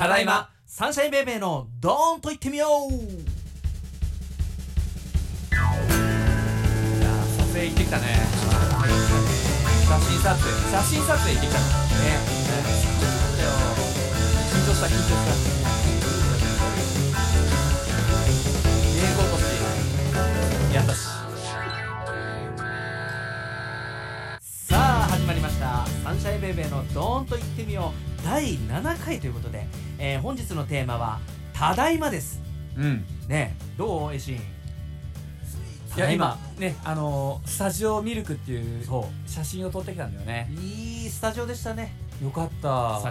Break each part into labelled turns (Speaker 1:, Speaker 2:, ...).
Speaker 1: ただいまサンシャインベイベーのドーンと言ってみよう。いや撮影行ってきたね。写真撮影行ってきたのね。なんだよ、緊張した英語としてやったし。さあ始まりましたサンシャインベイベーのドーンと言ってみよう第7回ということで、本日のテーマはただいまです。ね、どうエシン。
Speaker 2: いや今ね、スタジオミルクっていう写真を撮ってきたんだよね。
Speaker 1: いいスタジオでしたね。
Speaker 2: よかった。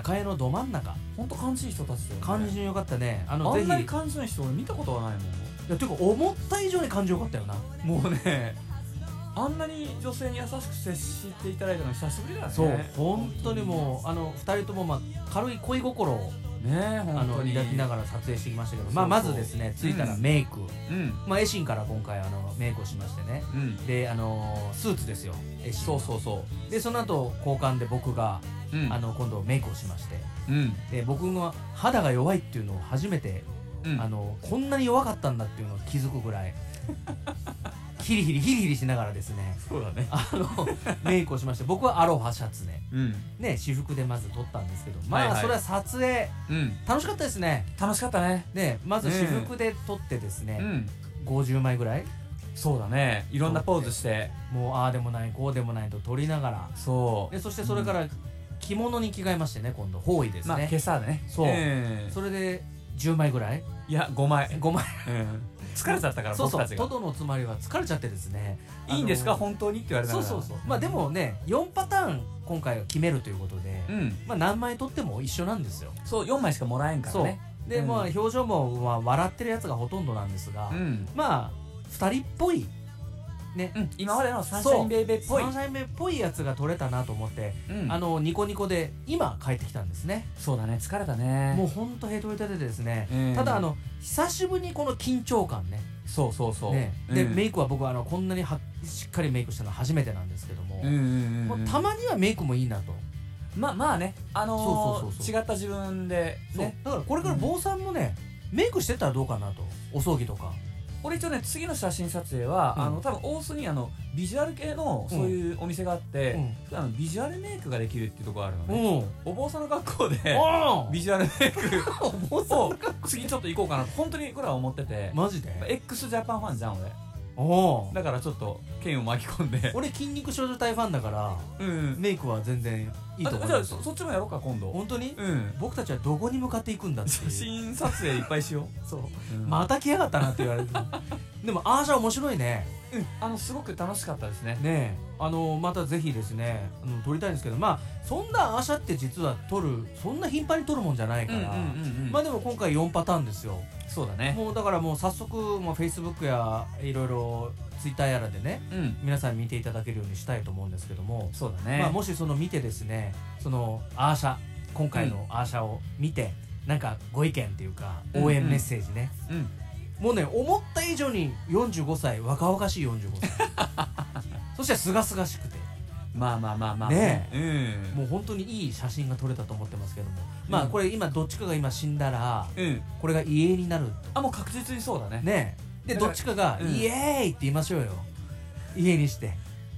Speaker 1: 栄のど真ん中。
Speaker 2: ほんと感じいい人たちだよね。
Speaker 1: 感じよかったね。
Speaker 2: あんなに感じの人俺見たことはないもん。い
Speaker 1: やていうか思った以上に感じよかったよな。
Speaker 2: もうね、あんなに女性に優しく接していただいたの久しぶりだね。
Speaker 1: そう本当にもう2人とも軽い恋心を
Speaker 2: ね、
Speaker 1: 抱きながら撮影してきましたけど、まずですね、着いたらメイク、エシンから今回メイクをしましてね、でスーツですよエシン。そうでその後交換で僕が今度メイクをしまして、で僕が肌が弱いっていうのを初めてこんなに弱かったんだっていうのを気づくぐらいヒリヒリしながらですね、
Speaker 2: そうだね、
Speaker 1: メイクをしまして、僕はアロハシャツね、私服でまず撮ったんですけど、それは撮影楽しかったですね。
Speaker 2: 楽しかったね。
Speaker 1: でまず私服で撮ってですね、50枚ぐらい、
Speaker 2: そうだね、いろんなポーズして
Speaker 1: もうああでもないこうでもないと撮りながら、そしてそれから着物に着替えましてね、今度包囲ですね。
Speaker 2: 今朝ね。
Speaker 1: そうそれで10枚ぐらい、
Speaker 2: いや5枚疲れちゃったから、
Speaker 1: 僕
Speaker 2: たちが。
Speaker 1: トドのつまりは疲れちゃってですね、
Speaker 2: いいんですか本当にって言われたら。
Speaker 1: そうでもね、4パターン今回は決めるということで、何枚撮っても一緒なんですよ。
Speaker 2: そう、4枚しかもらえんからね。
Speaker 1: で表情も笑ってるやつがほとんどなんですが、2人っぽいね、
Speaker 2: 今までのサンシャインベイベーっぽい、
Speaker 1: サンシャインベイっぽいやつが撮れたなと思って、ニコニコで今帰ってきたんですね。
Speaker 2: そうだね、疲れたね。
Speaker 1: もうほんとヘトヘトでですね、ただ久しぶりにこの緊張感ね。
Speaker 2: そう
Speaker 1: でメイクは僕はこんなにしっかりメイクしたのは初めてなんですけども、たまにはメイクもいいなと。
Speaker 2: まあね、違った自分でね。
Speaker 1: だからこれから坊さんもね、メイクしてたらどうかなと。お葬儀とか
Speaker 2: 俺一応ね、次の写真撮影は多分大須にビジュアル系のそういうお店があって、ビジュアルメイクができるっていうところがあるのね。お坊さんの学校でビジュアルメイクを次ちょっと行こうかなと本当にこれは思ってて。
Speaker 1: マジで
Speaker 2: x ジャパンファンじゃん俺。だからちょっと剣を巻き込んで。
Speaker 1: 俺筋肉少女隊ファンだから、メイクは全然いいと思う。
Speaker 2: じゃあそっちもやろうか今度。
Speaker 1: 本当に僕たちはどこに向かっていくんだっていう。
Speaker 2: 写真撮影いっぱいしよう。
Speaker 1: そう、また来やがったなって言われる。でもアーシャ面白いね。
Speaker 2: すごく楽しかったですね。
Speaker 1: ねえ、またぜひですね撮りたいんですけど、そんなアーシャって実は撮るそんな頻繁に撮るもんじゃないから、でも今回4パターンですよ。
Speaker 2: そうだね。
Speaker 1: もうだからもう早速Facebook やいろいろ Twitter やらでね、皆さん見ていただけるようにしたいと思うんですけども、
Speaker 2: そうだね。
Speaker 1: もし見てですね、アーシャ、今回のアーシャを見てなんかご意見っていうか応援メッセージね、もうね、思った以上に45歳、若々しい45歳そしてすがすがしくて、
Speaker 2: まあ
Speaker 1: ねえ、もう本当にいい写真が撮れたと思ってますけども、これ今どっちかが今死んだら、これが遺影になる。
Speaker 2: もう確実にそうだね。
Speaker 1: ねえ、でどっちかがイエーイって言いましょうよ、家にして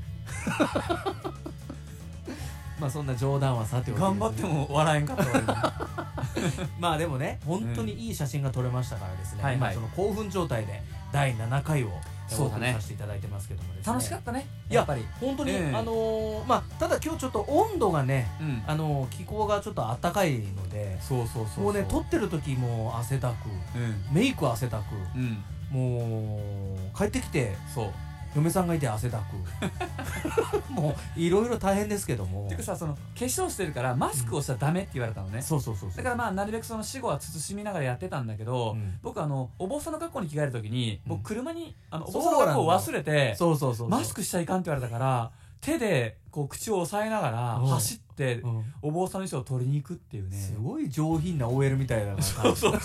Speaker 1: そんな冗談はさておき、
Speaker 2: 頑張っても笑えんかった俺。
Speaker 1: でもね、本当にいい写真が撮れましたからですね、その興奮状態で第7回をお送りさせていただいてますけどもですね、
Speaker 2: 楽しかったね。
Speaker 1: やっぱり本当にただ今日ちょっと温度がね、気候がちょっと暖かいので、もうね、撮ってる時も汗だく、メイクは汗だく、もう帰ってきて嫁さんがいて汗だくもういろいろ大変ですけども。
Speaker 2: ていうかさ、化粧してるからマスクをしちゃダメって言われたのね。だからなるべく死後は慎みながらやってたんだけど、僕お坊さんの格好に着替える時に僕車にお坊さんの格好を忘れて、マスクしちゃいかんって言われたから、手で口を押さえながら走ってお坊さんの衣装を取りに行くっていうね。
Speaker 1: すごい上品な OL みたいな感じ。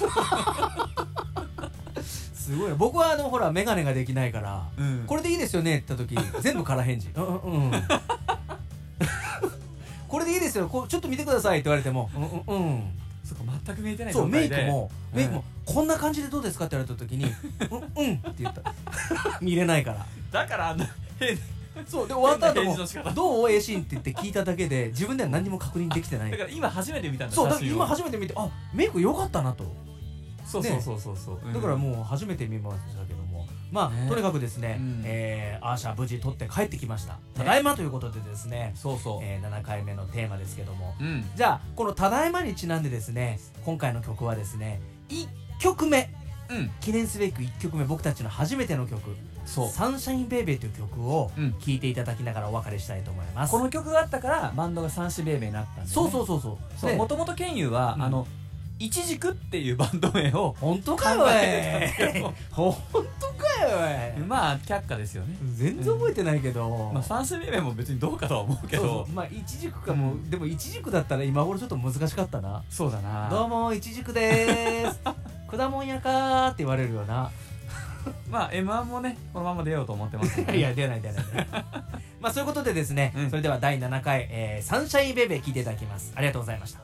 Speaker 1: すごい。僕はほら眼鏡ができないから、これでいいですよねって言った時全部空返事これでいいですよ、ちょっと見てくださいって言われても
Speaker 2: そっか、 全く見えてない
Speaker 1: そう
Speaker 2: 状態で
Speaker 1: メイクもこんな感じでどうですかって言われた時にうんって言った見れないから
Speaker 2: だからあんな変
Speaker 1: そうで終わった後も
Speaker 2: 変な返事の仕方
Speaker 1: どう A シーンって言って聞いただけで自分では何も確認できてない。
Speaker 2: だから今初めて見たんだ。
Speaker 1: そうだから今初めて見てメイク良かったなと。
Speaker 2: そう、
Speaker 1: だからもう初めて見ましたけども、まあとにかくですね、アーシャ無事撮って帰ってきました。ただいまということでですね、7回目のテーマですけども、じゃあこのただいまにちなんでですね、今回の曲はですね、1曲目、記念すべき1曲目、僕たちの初めての曲、サンシャインベイベーという曲を聴いていただきながらお別れしたいと思います。
Speaker 2: この曲があったからバンドがサンシャインベイベーになったんで、そうもともとケンユはいちじくっていうバンド名を
Speaker 1: 本当かよ本当かよ
Speaker 2: まあ却下ですよね。
Speaker 1: 全然覚えてないけど、
Speaker 2: サンシャインベイベーも別にどうかとは思うけど、
Speaker 1: まあいちじくかも。でもいちじくだったら今頃ちょっと難しかったな。
Speaker 2: そうだな。
Speaker 1: どうもいちじくでーす果物屋かーって言われるよな。
Speaker 2: まあ M1 もねこのまま出ようと思ってます
Speaker 1: いや出ないまあそういうことでですね、それでは第7回サンシャインベイベー聴いていただきます。ありがとうございました。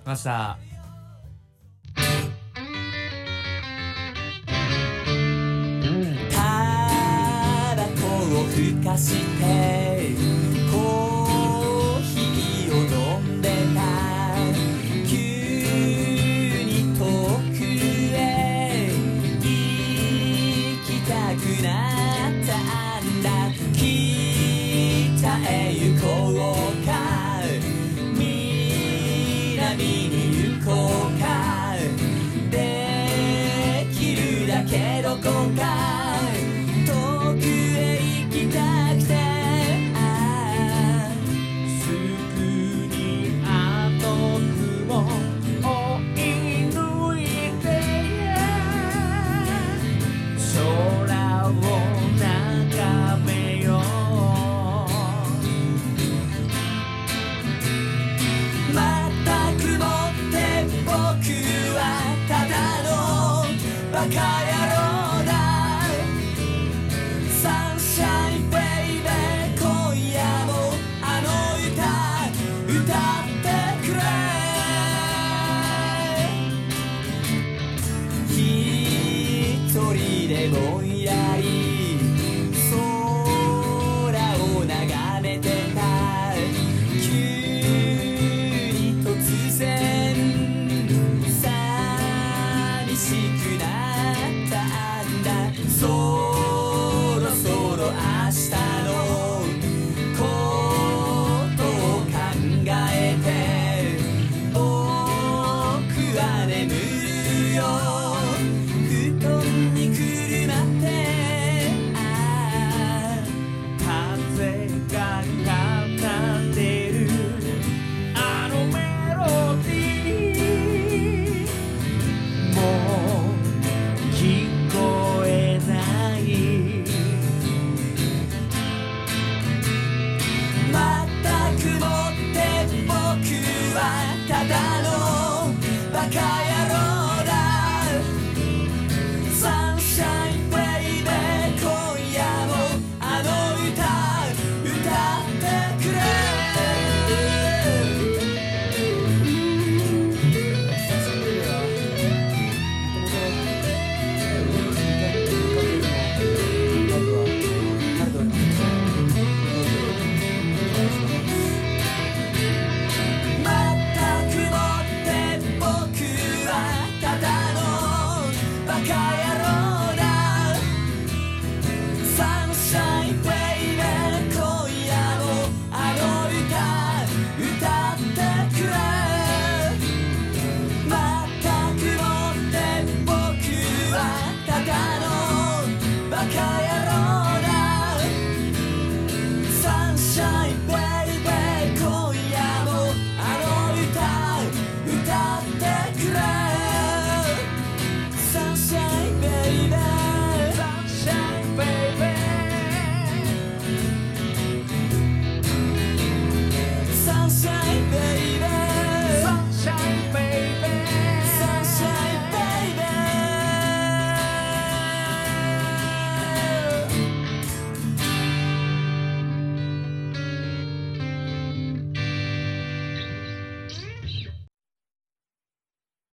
Speaker 3: タバコをふかしてコーヒーを飲んでた。急に遠くへ行きたくなったんだ。北へ行こうか南に行こうか、できるだけどこか遠くへ行きたくて、すぐにあの雲追い抜いて空を眺めよう。まったくもって僕はただのバカ野郎だ。サンシャインベイベー今夜もあの歌歌ってくれ。一人でぼんやり空を眺めてた。急に突然寂しくなったんだ。そろそろ明日のことを考えて僕は眠るよ。